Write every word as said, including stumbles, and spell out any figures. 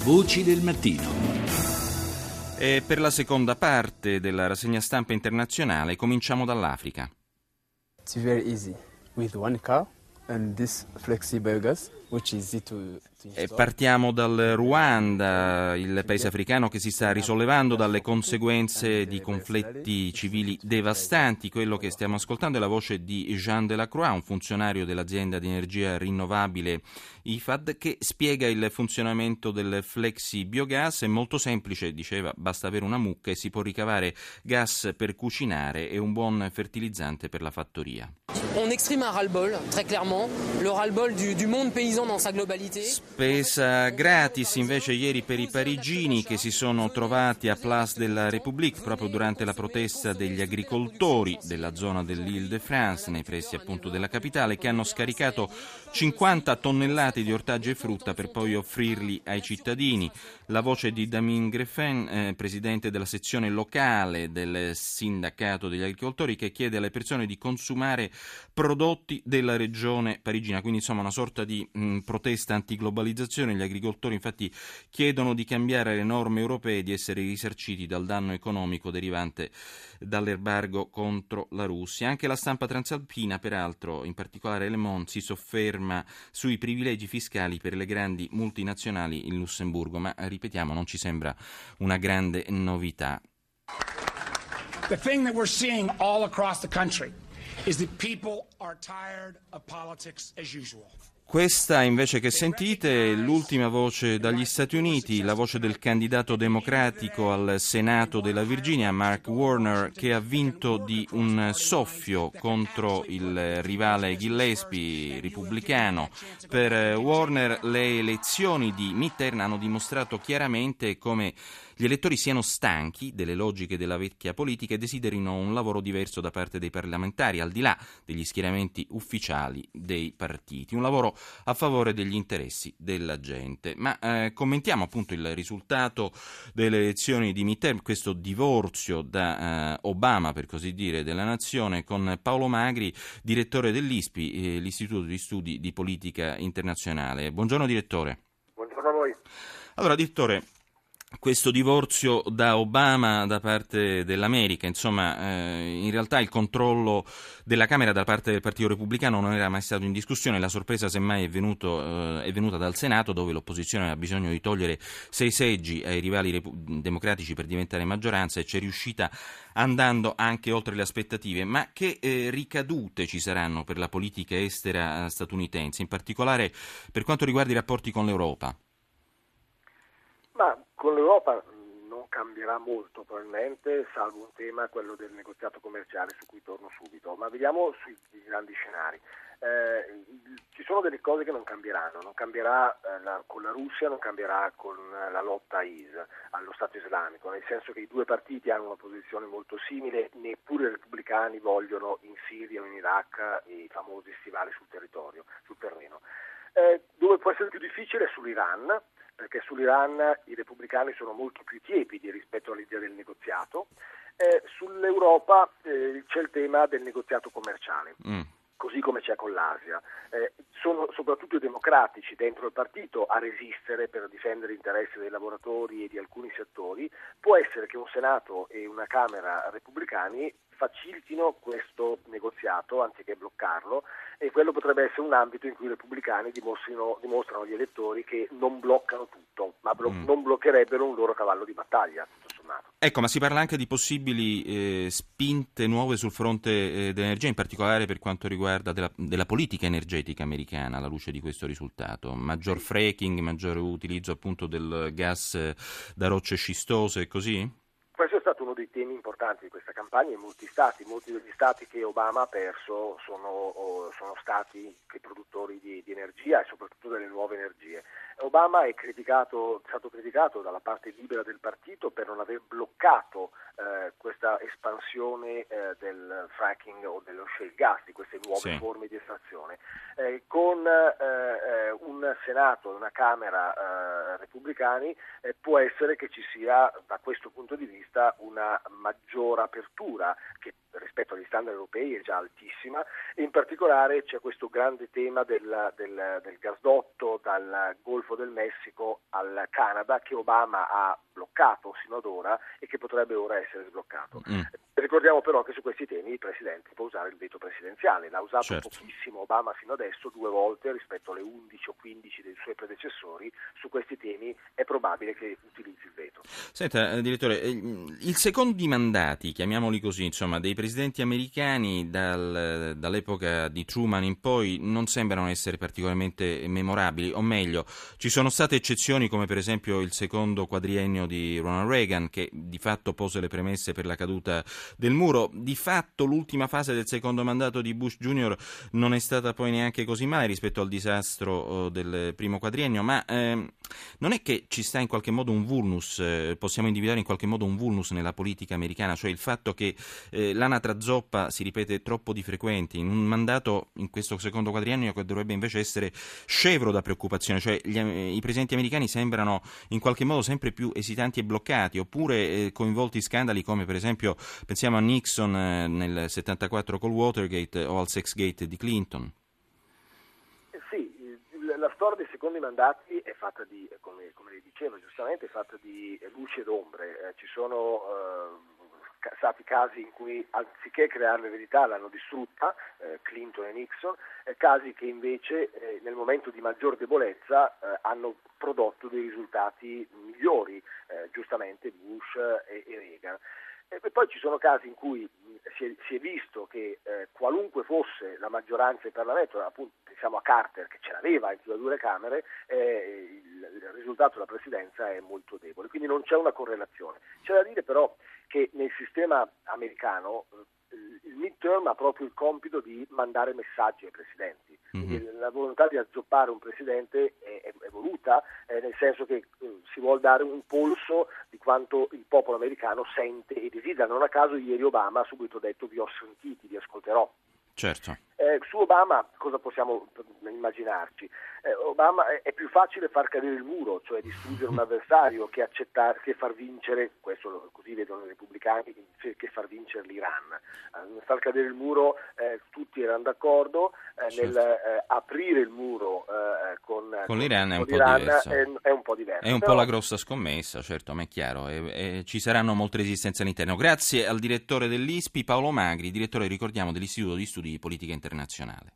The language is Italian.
Voci del mattino. E per la seconda parte della rassegna stampa internazionale cominciamo dall'Africa. It's very easy with one car and this flexi biogas, which is easy to, to E install. partiamo dal Ruanda, il paese africano che si sta risollevando dalle conseguenze di conflitti civili devastanti. Quello che stiamo ascoltando è la voce di Jean Delacroix, un funzionario dell'azienda di energia rinnovabile I F A D, che spiega il funzionamento del flexi biogas. È molto semplice, diceva, basta avere una mucca e si può ricavare gas per cucinare e un buon fertilizzante per la fattoria. On exprime un ras-le-bol, très clairement, le ras-le-bol du, du monde paysan dans sa globalité. Spesa gratis invece ieri per i parigini che si sono trovati a Place de la République proprio durante la protesta degli agricoltori della zona dell'Île-de-France, nei pressi appunto della capitale, che hanno scaricato cinquanta tonnellate di ortaggi e frutta per poi offrirli ai cittadini. La voce di Damien Greffin, eh, presidente della sezione locale del sindacato degli agricoltori, che chiede alle persone di consumare prodotti della regione parigina, quindi insomma una sorta di mh, protesta antiglobalizzazione. Gli agricoltori infatti chiedono di cambiare le norme europee e di essere risarciti dal danno economico derivante dall'embargo contro la Russia. Anche la stampa transalpina, peraltro, in particolare Le Monde, si sofferma sui privilegi fiscali per le grandi multinazionali in Lussemburgo, ma ripetiamo, non ci sembra una grande novità. The thing that we're seeing all across the country is that people are tired of politics as usual. Questa invece che sentite è l'ultima voce dagli Stati Uniti, la voce del candidato democratico al Senato della Virginia, Mark Warner, che ha vinto di un soffio contro il rivale Gillespie, repubblicano. Per Warner le elezioni di midterm hanno dimostrato chiaramente come gli elettori siano stanchi delle logiche della vecchia politica e desiderino un lavoro diverso da parte dei parlamentari, al di là degli schieramenti ufficiali dei partiti. Un lavoro a favore degli interessi della gente. Ma eh, commentiamo appunto il risultato delle elezioni di midterm, questo divorzio da eh, Obama, per così dire, della nazione, con Paolo Magri, direttore dell'I S P I, eh, l'Istituto di Studi di Politica Internazionale. Buongiorno direttore. Buongiorno a voi. Allora, direttore, questo divorzio da Obama da parte dell'America, insomma, eh, in realtà il controllo della Camera da parte del Partito Repubblicano non era mai stato in discussione. La sorpresa semmai è, venuto, eh, è venuta dal Senato, dove l'opposizione ha bisogno di togliere sei seggi ai rivali repu- democratici per diventare maggioranza, e ci è riuscita andando anche oltre le aspettative. Ma che eh, ricadute ci saranno per la politica estera statunitense, in particolare per quanto riguarda i rapporti con l'Europa? Ma con l'Europa non cambierà molto probabilmente, salvo un tema, quello del negoziato commerciale, su cui torno subito. Ma vediamo sui grandi scenari. Eh, ci sono delle cose che non cambieranno. Non cambierà eh, la, con la Russia, non cambierà con la lotta I S, allo Stato islamico, nel senso che i due partiti hanno una posizione molto simile. Neppure i repubblicani vogliono in Siria o in Iraq i famosi stivali sul territorio, sul terreno. Eh, dove può essere più difficile è sull'Iran, perché sull'Iran i repubblicani sono molto più tiepidi rispetto all'idea del negoziato. Eh, sull'Europa eh, c'è il tema del negoziato commerciale, mm. così come c'è con l'Asia. Eh, sono soprattutto i democratici dentro il partito a resistere per difendere gli interessi dei lavoratori e di alcuni settori. Può essere che un Senato e una Camera repubblicani facilitino questo negoziato anziché bloccarlo, e quello potrebbe essere un ambito in cui i repubblicani dimostrino, dimostrano agli elettori che non bloccano tutto, ma blo- mm. non bloccherebbero un loro cavallo di battaglia, tutto sommato. Ecco, ma si parla anche di possibili eh, spinte nuove sul fronte eh, dell'energia, in particolare per quanto riguarda della, della politica energetica americana, alla luce di questo risultato. Maggior fracking, maggiore utilizzo appunto del gas eh, da rocce scistose e così? Questo è stato uno dei temi importanti di questa campagna in molti stati. Molti degli stati che Obama ha perso sono, sono stati che produttori di, di energia e soprattutto delle nuove energie. Obama è criticato, è stato criticato dalla parte libera del partito per non aver bloccato eh, questa espansione eh, del fracking o dello shale gas, di queste nuove sì. forme di estrazione. Eh, con eh, un Senato e una Camera eh, repubblicani eh, può essere che ci sia da questo punto di vista una maggiore maggior apertura, che rispetto agli standard europei è già altissima, e in particolare c'è questo grande tema del, del, del gasdotto dal Golfo del Messico al Canada, che Obama ha bloccato sino ad ora e che potrebbe ora essere sbloccato. Mm. Ricordiamo però che su questi temi il Presidente può usare il veto presidenziale, l'ha usato certo. pochissimo Obama fino adesso, due volte rispetto alle undici o quindici dei suoi predecessori. Su questi temi è probabile che utilizzi il veto. Senta, eh, direttore, il secondo i mandati, chiamiamoli così, insomma, dei presidenti americani dal, dall'epoca di Truman in poi non sembrano essere particolarmente memorabili, o meglio, ci sono state eccezioni come per esempio il secondo quadriennio di Ronald Reagan, che di fatto pose le premesse per la caduta del muro. Di fatto l'ultima fase del secondo mandato di Bush Junior non è stata poi neanche così male rispetto al disastro oh, del primo quadriennio, ma ehm, non è che ci sta in qualche modo un vulnus, eh, possiamo individuare in qualche modo un vulnus nella politica americana, cioè il fatto che eh, l'anatra zoppa si ripete troppo di frequente in un mandato, in questo secondo quadriennio, che dovrebbe invece essere scevro da preoccupazione, cioè gli, eh, i presidenti americani sembrano in qualche modo sempre più esitanti e bloccati, oppure eh, coinvolti in scandali come per esempio pensiamo a Nixon eh, nel settantaquattro col Watergate o al Sexgate di Clinton. Sì, la storia dei secondi mandati è fatta di, come, come le dicevo giustamente, è fatta di luci ed ombre. Eh, ci sono eh, stati casi in cui anziché creare la verità l'hanno distrutta, eh, Clinton e Nixon, eh, casi che invece eh, nel momento di maggior debolezza eh, hanno prodotto dei risultati migliori, eh, giustamente Bush e, e Reagan. E poi ci sono casi in cui si è, si è visto che eh, qualunque fosse la maggioranza in Parlamento, appunto pensiamo a Carter che ce l'aveva in più da due camere, eh, il, il risultato della presidenza è molto debole, quindi non c'è una correlazione. C'è da dire però che nel sistema americano eh, il midterm ha proprio il compito di mandare messaggi ai presidenti. Mm-hmm. La volontà di azzoppare un presidente è, è, è voluta, eh, nel senso che eh, si vuol dare un polso di quanto il popolo americano sente e desidera. Non a caso ieri Obama ha subito detto: vi ho sentiti, vi ascolterò. Certo. Eh, su Obama cosa possiamo immaginarci? Eh, Obama è, è più facile far cadere il muro, cioè distruggere un avversario, che accettare, che far vincere, questo così vedono i repubblicani, che far vincere l'Iran. Eh, far cadere il muro eh, tutti erano d'accordo, eh, certo. nel eh, aprire il muro eh, con, con l'Iran, è, un con l'Iran diverso. È, è un po' diverso. È un Però... po' la grossa scommessa, certo, ma è chiaro, e, e ci saranno molte resistenze all'interno. Grazie al direttore dell'I S P I, Paolo Magri, direttore, ricordiamo, dell'Istituto di Studi di Politica Internazionale.